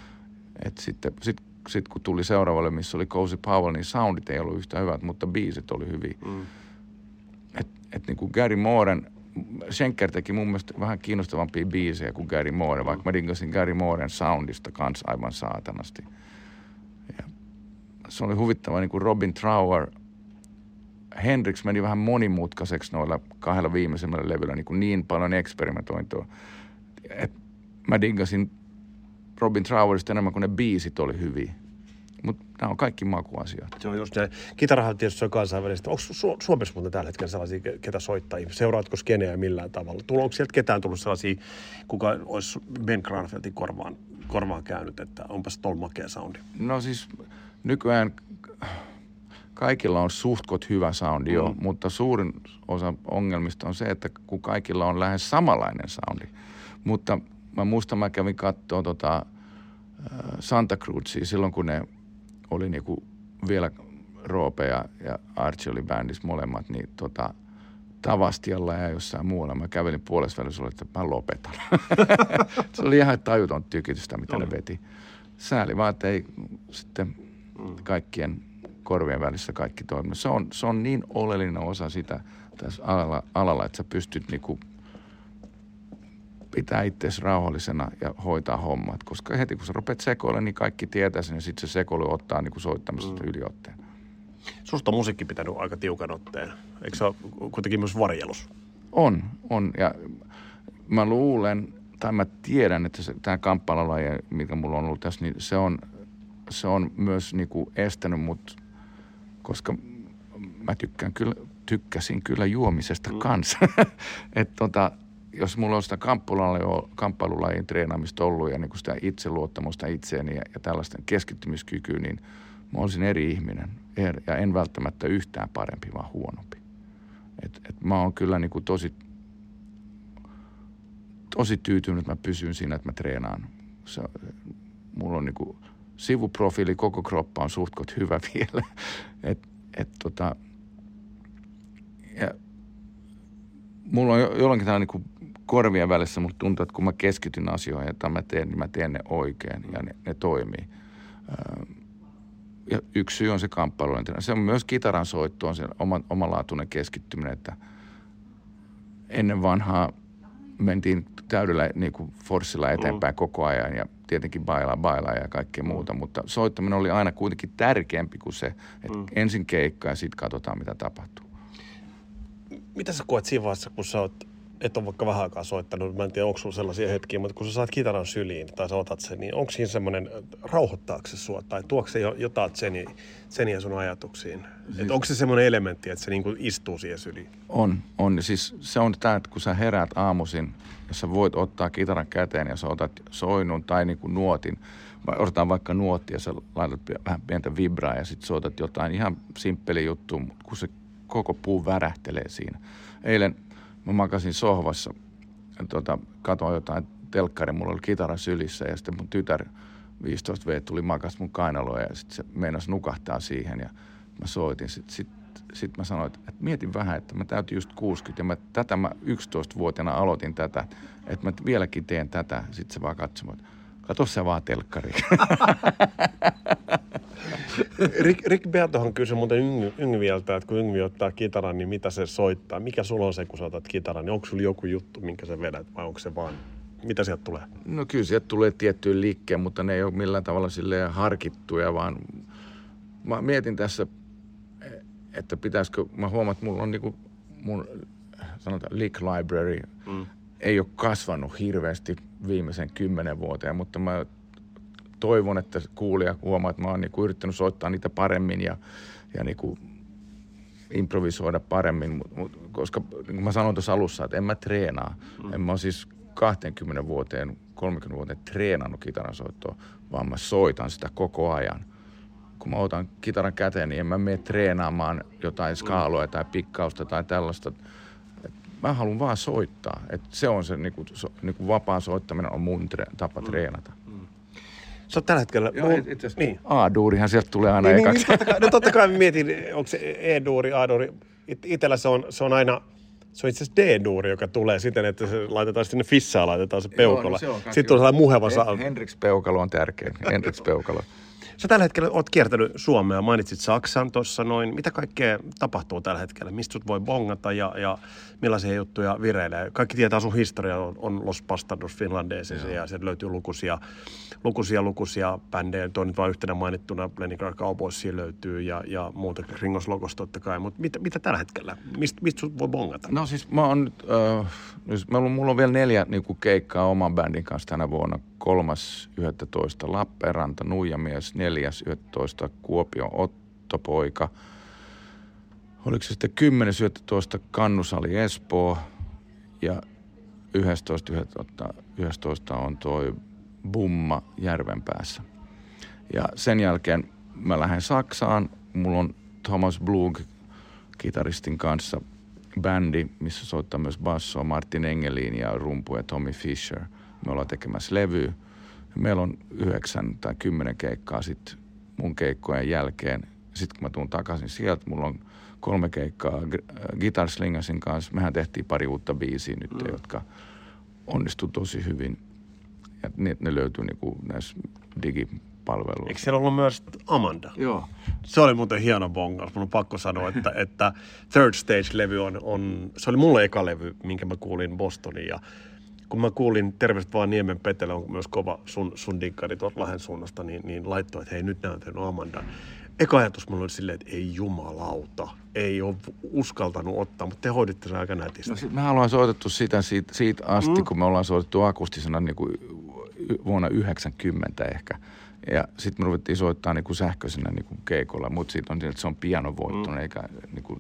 Speaker 3: Sitten kun tuli seuraavalle, missä oli Cozy Powell, niin soundit ei ollut yhtä hyvät, mutta biisit oli hyviä. Niin kuin Gary Mooren, Schenker teki mun mielestä vähän kiinnostavampia biisejä kuin Gary Moore, vaikka mä dingasin Gary Mooren soundista kanssa aivan saatanasti. Ja se oli huvittava, niin kuin Robin Trower. Hendrix meni vähän monimutkaiseksi noilla 2 viimeisemmällä levyllä, niin paljon eksperimentointua. Mä dingasin Robin Trowerista enemmän kuin ne biisit oli hyviä. Mutta nämä on kaikki makuasioita.
Speaker 2: Se on just näin. Kitarahan tietysti on kansainvälistä. Onko Suomessa muuten tällä hetkellä sellaisia, ketä soittaa? Seuraatko skeneä millään tavalla? Onko sieltä ketään tullut sellaisia, kuka olisi Ben Granfeldin korvaan käynyt, että onpas tol makea soundi?
Speaker 3: No siis nykyään kaikilla on suhtkot hyvä soundi jo, mutta suurin osa ongelmista on se, että kun kaikilla on lähes samanlainen soundi. Mutta mä muistan, mä kävin kattoo Santa Cruzia silloin, kun ne oli niinku vielä Roope ja Archie oli bändissä molemmat, niin Tavastialla ja jossain muualla. Mä kävelin puolesvälissä, että mä lopetan. Se oli ihan tajuton tykitystä, mitä ne veti. Sääli vaan, että ei sitten kaikkien korvien välissä kaikki toimii. Se on niin oleellinen osa sitä tässä alalla, että sä pystyt niinku pitää itseäsi rauhallisena ja hoitaa hommat. Koska heti kun sä rupeat sekoilemaan, niin kaikki tietää sen ja sitten se sekoilu ottaa niin kuin soittamisesta yliotteen.
Speaker 2: Susta on musiikki pitänyt aika tiukan otteen. Eikö se ole kuitenkin myös varjelus?
Speaker 3: On. Ja mä luulen, tai mä tiedän, että tämä kamppailulaji, mikä mulla on ollut tässä, niin se on myös niinku estänyt mut, koska mä tykkäsin kyllä juomisesta kanssa. Että jos mulla on sitä kamppailulajin treenaamista ollut ja niinku sitä itseluottamusta itseeni ja tällaista keskittymiskykyä, niin mä olisin eri ihminen. Ja en välttämättä yhtään parempi, vaan huonompi. Et mä oon kyllä niinku tosi tyytynyt, että mä pysyn siinä, että mä treenaan. Mulla on niinku sivuprofiili, koko kroppa on suhtkot hyvä vielä. Ja mulla on jollakin tavalla niinku korvien välissä, musta tuntuu, että kun mä keskityn asioihin, että mä teen, niin mä teen ne oikein ja ne toimii. Ja yksi syy on se kamppailujen. Se on myös kitaran soitto, on se omalaatuinen keskittyminen, että ennen vanhaa mentiin täydellä niin kuin forssilla eteenpäin koko ajan ja tietenkin bailaa ja kaikkea muuta, mutta soittaminen oli aina kuitenkin tärkeämpi kuin se, että ensin keikka ja sitten katsotaan, mitä tapahtuu.
Speaker 2: Mitä sä koet siinä vaiheessa, kun sä et ole vaikka vähän aikaa soittanut, mä en tiedä, onko sulla sellaisia hetkiä, mutta kun sä saat kitaran syliin tai sä otat sen, niin onko siinä semmoinen, rauhoittaako se sua tai tuoko se jotain tseniä sun ajatuksiin? Siis, että onko se semmoinen elementti, että se niin kuin istuu siihen syliin? On. Siis se on tämä, että kun sä heräät aamuisin, jos sä voit ottaa kitaran käteen ja sä otat soinun tai niin kuin nuotin, otetaan vaikka nuotti ja sä laitat vähän pientä vibraa ja sit soitat jotain ihan simppeli juttu, mutta kun se koko puu värähtelee siinä. Eilen mä makasin sohvassa ja katoin jotain telkkaria, mulla oli kitara sylissä ja sitten mun tytär 15V tuli makas mun kainaloa ja sitten se meinasi nukahtaa siihen ja mä soitin. Sitten mä sanoin, että mietin vähän, että mä täytin just 60 ja mä 11-vuotiaana aloitin tätä, että mä vieläkin teen tätä. Sitten se vaan katsoi, että kato se vaan telkkari. Rick Beatohan kysyi muuten Yngvieltä, että kun Yngvi ottaa kitaran, niin mitä se soittaa? Mikä sulla on se, kun sä otat kitaran? Niin onko sulla joku juttu, minkä sä vedät vai onko se vaan, mitä sieltä tulee?
Speaker 3: No kyllä sieltä tulee tiettyä liikkeen, mutta ne ei ole millään tavalla silleen harkittuja, vaan mä mietin tässä, että pitäisikö, mä huomaan, että mulla on niinku mun sanotaan lick library, ei ole kasvanut hirveästi viimeisen 10 vuoteen, mutta mä toivon, että kuulija huomaa, että mä oon niinku yrittänyt soittaa niitä paremmin ja niinku improvisoida paremmin, koska niin kuin mä sanoin tuossa alussa, että en mä treenaa. En mä ole siis 20 vuoteen, 30 vuoteen treenannut kitaransoittoa, vaan mä soitan sitä koko ajan. Kun mä otan kitaran käteen, niin en mä mene treenaamaan jotain skaaloja tai pikkausta tai tällaista. Mä haluan vaan soittaa. Se on se niinku vapaa soittaminen on mun tapa treenata.
Speaker 2: Sä oot tällä hetkellä...
Speaker 3: Itse asiassa A-duurihan sieltä tulee aina ekaksi.
Speaker 2: No totta kai mietin, onko se E-duuri, A-duuri. Itellä se on aina... Se on itse asiassa D-duuri, joka tulee siten, että se laitetaan sinne fissaan, laitetaan se peukalo.
Speaker 3: Joo, no
Speaker 2: sitten on sellainen muheva saa.
Speaker 3: Hendrix-peukalo on tärkein. Hendrix-peukalo.
Speaker 2: Sä tällä hetkellä oot kiertänyt Suomea, mainitsit Saksan tuossa noin. Mitä kaikkea tapahtuu tällä hetkellä? Mistä sut voi bongata ja millaisia juttuja vireilee? Kaikki tietää sun historia on Los Bastardos Finlandesissa ja sieltä löytyy lukuisia bändejä. Tuo nyt vaan yhtenä mainittuna Leningrad Cowboysia löytyy ja muuta Ringos Logos totta kai. Mutta mitä tällä hetkellä? Mistä sut voi bongata?
Speaker 3: No siis mä oon nyt, mulla on vielä 4 niinku keikkaa oman bändin kanssa tänä vuonna. 3.11. Lappeenranta, Nuijamies, 4.11. Kuopio, Ottopoika. Oliko se sitten 10.11. Kannusali, Espoo ja 11.11. on toi Bumma Järvenpäässä. Ja sen jälkeen mä lähden Saksaan. Mulla on Thomas Blug kitaristin kanssa bändi, missä soittaa myös bassoa Martin Engelin ja rumpu ja Tommy Fisher. Me ollaan tekemässä levyä. Meillä on 9 tai 10 keikkaa sitten mun keikkojen jälkeen. Sitten kun mä tuun takaisin sieltä, mulla on 3 keikkaa Guitar Slingersin kanssa. Mehän tehtiin pari uutta biisiä nyt, jotka onnistui tosi hyvin. Ja ne löytyy niinku näissä digipalveluissa.
Speaker 2: Eikö siellä ollut myös Amanda?
Speaker 3: Joo.
Speaker 2: Se oli muuten hieno bongaus. Mun on pakko sanoa, että Third Stage-levy on se oli mulle eka levy, minkä mä kuulin Bostonin ja kun mä kuulin, terveiset vaan Niemen Petele on myös kova sun dikkari tuolta Lahden suunnasta, niin laittoi, että hei nyt näytän Amanda. Eka ajatus mulla oli silleen, että ei jumalauta, ei ole uskaltanut ottaa, mutta te hoiditte sen aika nätisti.
Speaker 3: No me ollaan soitettu sitä siitä asti, kun me ollaan soitettu akustisena niin kuin vuonna 90 ehkä. Ja sitten me ruvettiin soittaa niin kuin sähköisenä niin kuin keikolla, mutta siitä on, että se on pianovoittoinen, eikä niin kuin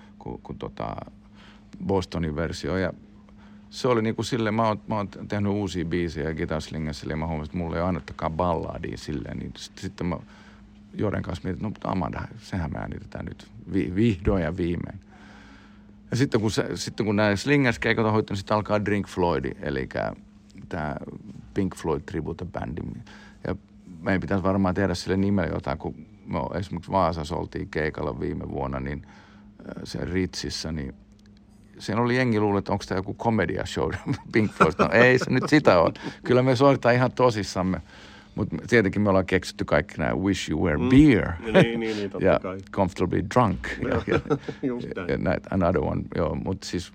Speaker 3: Bostonin versio. Ja se oli niin kuin silleen, mä oon tehnyt uusia biisejä Guitarslingassa, ja mä huomasin, että mulla ei ole ainuttakaan balladia silleen, niin sitten mä Joren kanssa mietin, että no mutta Amanda, sehän me äänitetään nyt vihdoin ja viimein. Ja sitten kun nämä Slingers-keikat on hoitanut, sitten alkaa Drink Floyd, eli tämä Pink Floyd tribute-bändi. Ja meidän pitäisi varmaan tehdä sille nimelle jotain, kun me esimerkiksi Vaasassa oltiin keikalla viime vuonna, niin se Ritsissä, niin siinä oli jengi luullut, että onko tämä joku comedy show Pink Floyd. No ei se nyt sitä ole. Kyllä me soitetaan ihan tosissamme. Mutta tietenkin me ollaan keksitty kaikki nämä Wish You Were Beer
Speaker 2: Niin, totta
Speaker 3: ja
Speaker 2: kai.
Speaker 3: Comfortably Drunk
Speaker 2: ja
Speaker 3: näitä Another One. Joo, mutta siis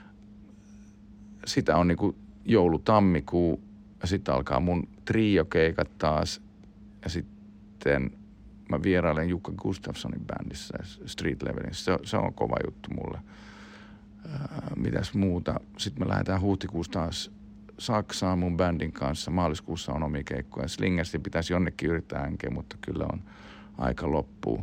Speaker 3: sitä on niinku joulu-tammikuu ja sitten alkaa mun trio-keikat taas ja sitten mä vierailen Jukka Gustafssonin bändissä Street Levelissä. Se on kova juttu mulle. Mitäs muuta? Sitten me lähdetään huhtikuussa taas Saksaan mun bändin kanssa. Maaliskuussa on omia keikkoja. Slingersin pitäisi jonnekin yrittää änkeä, mutta kyllä on aika loppuu.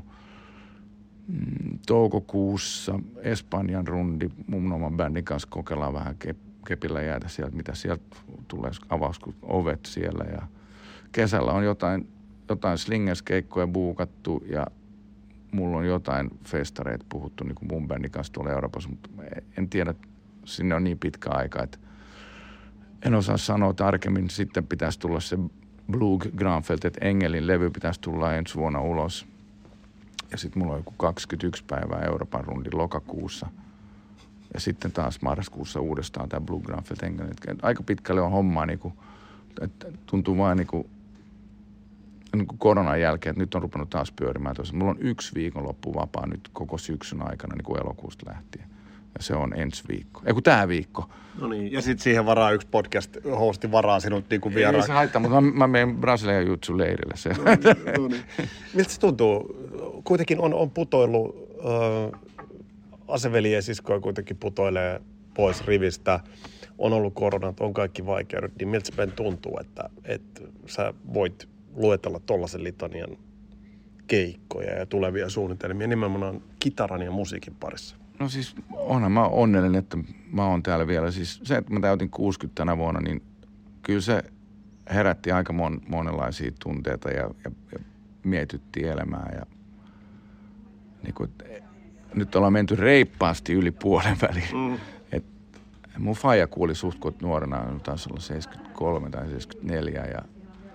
Speaker 3: Toukokuussa Espanjan rundi mun oman bändin kanssa kokeillaan vähän kepillä jäätä sieltä, mitä sieltä tulee avausovet siellä. Ja kesällä on jotain Slingers-keikkoja buukattu ja mulla on jotain festareita puhuttu niin kuin mun bändin kanssa tuolla Euroopassa, mutta en tiedä, sinne on niin pitkä aika, että en osaa sanoa tarkemmin. Sitten pitäisi tulla se Blue Granfeld, että Engelin levy pitäisi tulla ensi vuonna ulos. Ja sitten mulla on joku 21 päivää Euroopan rundi lokakuussa. Ja sitten taas marraskuussa uudestaan tämä Blue Granfeld Engelin. Aika pitkälle on hommaa, että tuntuu vain niin kuin koronan jälkeen, että nyt on rupenut taas pyörimään tuossa. Mulla on 1 viikonloppu vapaa nyt koko syksyn aikana, niin kuin elokuusta lähtien. Ja se on ensi viikko. Ei kun tää viikko.
Speaker 2: No niin, ja sitten siihen varaa yksi podcast-hosti varaa sinut niin kuin vieraan.
Speaker 3: Ei se haittaa, mutta mä menen Brasilian jutsu-leirille.
Speaker 2: No niin. Miltä se tuntuu? Kuitenkin on putoillut, aseveljen ja siskoja kuitenkin putoilee pois rivistä. On ollut koronat, on kaikki vaikeudet. Niin miltä se tuntuu, että sä voit luetella tollaisen litanian keikkoja ja tulevia suunnitelmia nimenomaan kitaran ja musiikin parissa?
Speaker 3: No siis onhan mä onnellinen, että mä oon täällä vielä. Siis se, että mä täytin 60 tänä vuonna, niin kyllä se herätti aika monenlaisia tunteita ja mietittiin elämää. Ja niin kuin, nyt ollaan menty reippaasti yli puolen väliin. Et mun faija kuoli suht nuorena, taisi olla 73 tai 74 ja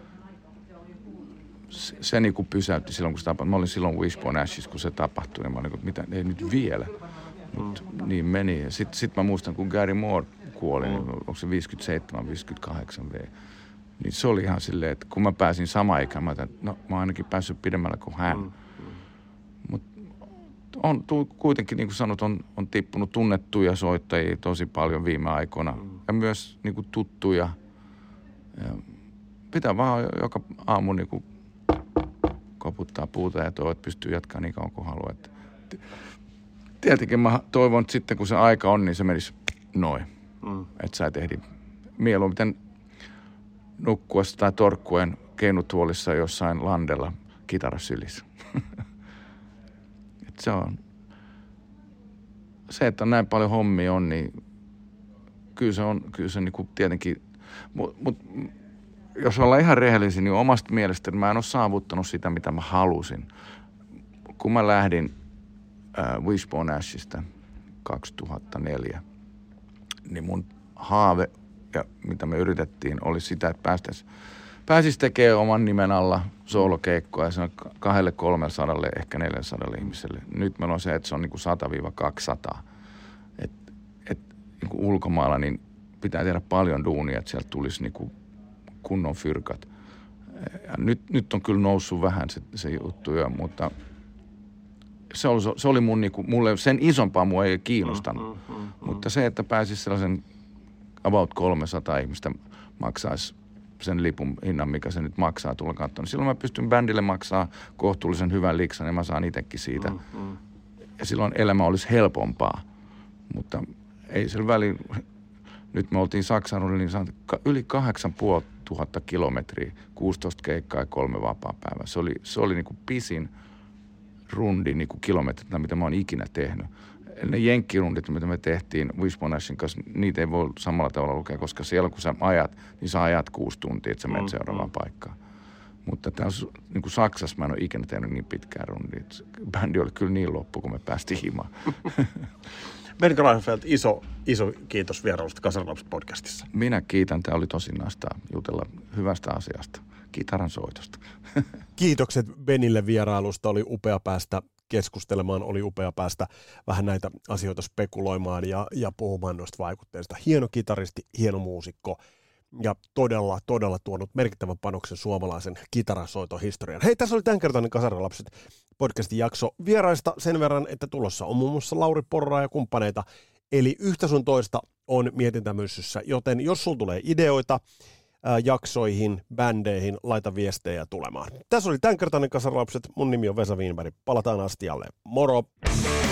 Speaker 3: se niin kuin pysäytti silloin, kun se tapahtui. Mä olin silloin Wishbone Ashes, kun se tapahtui. Ja mä olin, että mitä, ei nyt vielä. Mutta niin meni. Ja sit mä muistan, kun Gary Moore kuoli, niin onko se 57-58 V. Niin se oli ihan silleen, että kun mä pääsin samaan aikaan, mä ajattelin, no mä oon ainakin päässyt pidemmällä kuin hän. Mutta on kuitenkin, niin kuin sanot, on tippunut tunnettuja soittajia tosi paljon viime aikoina. Ja myös niin kuin tuttuja. Ja pitää vaan joka aamu niin kuin koputtaa puuta ja toivoo, että pystyy jatkamaan niin kauan kuin haluaa. Tietenkin mä toivon, että sitten kun se aika on, niin se menisi noin. Että sä et ehdi mieluummin nukkua tai torkkuen keinutuolissa jossain landella kitarasylissä. Et se on se, että näin paljon hommia on, niin kyllä se niin kuin tietenkin, mutta jos ollaan ihan rehellisiä, niin omasta mielestäni mä en ole saavuttanut sitä, mitä mä halusin. Kun mä lähdin Wishbone Ashista 2004, niin mun haave, ja mitä me yritettiin, oli sitä, että pääsis tekemään oman nimen alla soolokeikkoa, ja se on 200-300, ehkä 400 ihmiselle. Nyt meillä on se, että se on niin kuin 100-200. Et niin kuin ulkomailla niin pitää tehdä paljon duunia, että sieltä tulisi niin kuin kunnon fyrkat. Ja nyt on kyllä noussut vähän se juttu jo, mutta se oli mun niinku, mulle sen isompaa mua ei kiinnostanut. Mutta se, että pääsisi sellaisen about 300 ihmistä maksaisi sen lipun hinnan, mikä se nyt maksaa tulla katsomaan. Niin silloin mä pystyn bändille maksaa kohtuullisen hyvän liksan ja mä saan itsekin siitä. Ja silloin elämä olisi helpompaa, mutta ei sillä väliin. Nyt me oltiin Saksan niin yli 8500 kilometriä, 16 keikkaa ja 3 vapaapäivää. Se oli niin kuin pisin rundi niin kuin kilometrit, mitä mä oon ikinä tehnyt. Ne jenkkirundit, mitä me tehtiin Wishbone Ashin kanssa, niitä ei voi samalla tavalla lukea, koska siellä kun sä ajat, niin sä ajat 6 tuntia, että sä menet seuraavaan paikkaan. Mutta niin kuin Saksassa mä en ole ikinä tehnyt niin pitkään rundia. Bändi oli kyllä niin loppu, kun me päästiin himaan.
Speaker 2: Benny Grafenfeld, iso kiitos vierailusta Kasarilapset-podcastissa.
Speaker 3: Minä kiitän. Tämä oli tosi naista jutella hyvästä asiasta. Kitaran soitosta.
Speaker 2: Kiitokset Benille vierailusta. Oli upea päästä keskustelemaan, oli upea päästä vähän näitä asioita spekuloimaan ja puhumaan noista vaikutteista. Hieno kitaristi, hieno muusikko ja todella tuonut merkittävän panoksen suomalaisen kitarasoiton historian. Hei, tässä oli tämänkertainen Kasarilapset podcastin jakso vieraista sen verran, että tulossa on muun muassa Lauri Porraa ja kumppaneita. Eli yhtä sun toista on mietintämyssyssä, joten jos sulla tulee ideoita jaksoihin, bändeihin, laita viestejä tulemaan. Tässä oli tämänkertainen Kasarilapset. Mun nimi on Vesa Wienberg. Palataan astialle. Moro!